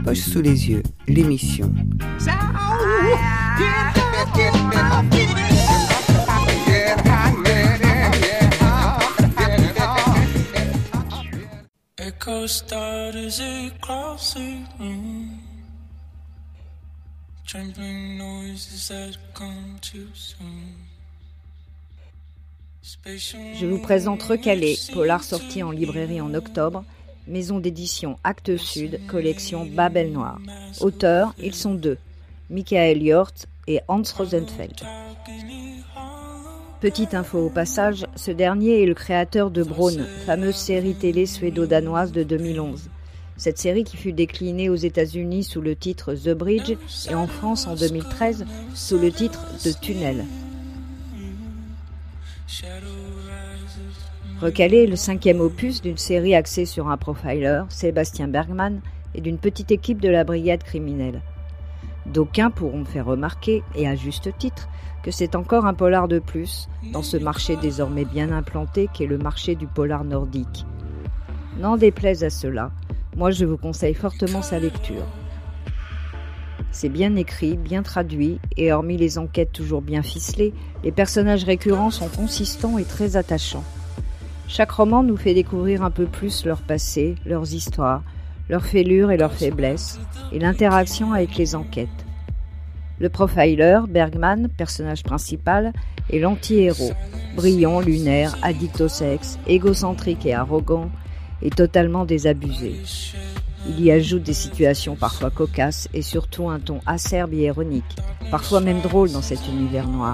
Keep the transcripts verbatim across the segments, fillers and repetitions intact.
poches sous les yeux, l'émission. Echo starters across the room, trembling noises that come too soon. Je vous présente Recalé, polar sorti en librairie en octobre, maison d'édition Actes Sud, collection Babel Noir. Auteurs, ils sont deux, Michael Hjort et Hans Rosenfeld. Petite info au passage, ce dernier est le créateur de Bron, fameuse série télé suédo-danoise de deux mille onze. Cette série qui fut déclinée aux États-Unis sous le titre The Bridge et en France en deux mille treize sous le titre de Tunnel. Recalé est le cinquième opus d'une série axée sur un profiler, Sébastien Bergman, et d'une petite équipe de la brigade criminelle. D'aucuns pourront me faire remarquer, et à juste titre, que c'est encore un polar de plus, dans ce marché désormais bien implanté qu'est le marché du polar nordique. N'en déplaise à cela, moi je vous conseille fortement sa lecture. C'est bien écrit, bien traduit, et hormis les enquêtes toujours bien ficelées, les personnages récurrents sont consistants et très attachants. Chaque roman nous fait découvrir un peu plus leur passé, leurs histoires, leurs fêlures et leurs faiblesses, et l'interaction avec les enquêtes. Le profiler, Bergman, personnage principal, est l'anti-héros, brillant, lunaire, addict au sexe, égocentrique et arrogant, et totalement désabusé. Il y ajoute des situations parfois cocasses et surtout un ton acerbe et ironique, parfois même drôle dans cet univers noir.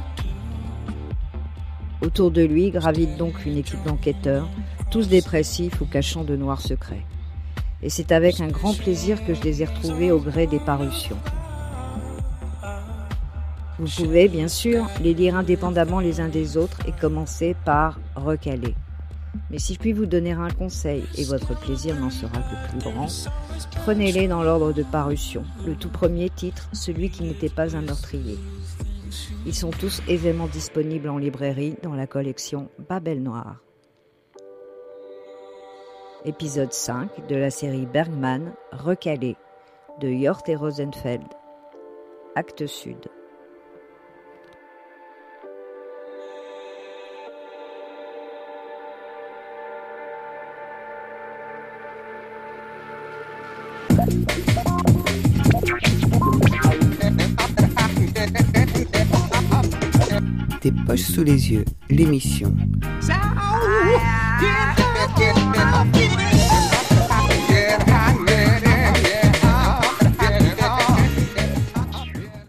Autour de lui gravite donc une équipe d'enquêteurs, tous dépressifs ou cachant de noirs secrets. Et c'est avec un grand plaisir que je les ai retrouvés au gré des parutions. Vous pouvez, bien sûr, les lire indépendamment les uns des autres et commencer par Recalé. Mais si je puis vous donner un conseil, et votre plaisir n'en sera que plus grand, prenez-les dans l'ordre de parution. Le tout premier titre, celui qui n'était pas un meurtrier. Ils sont tous aisément disponibles en librairie dans la collection Babel Noir. Épisode cinq de la série Bergman, Recalé, de Hjort et Rosenfeld. Actes Sud. Tes poches sous les yeux, l'émission.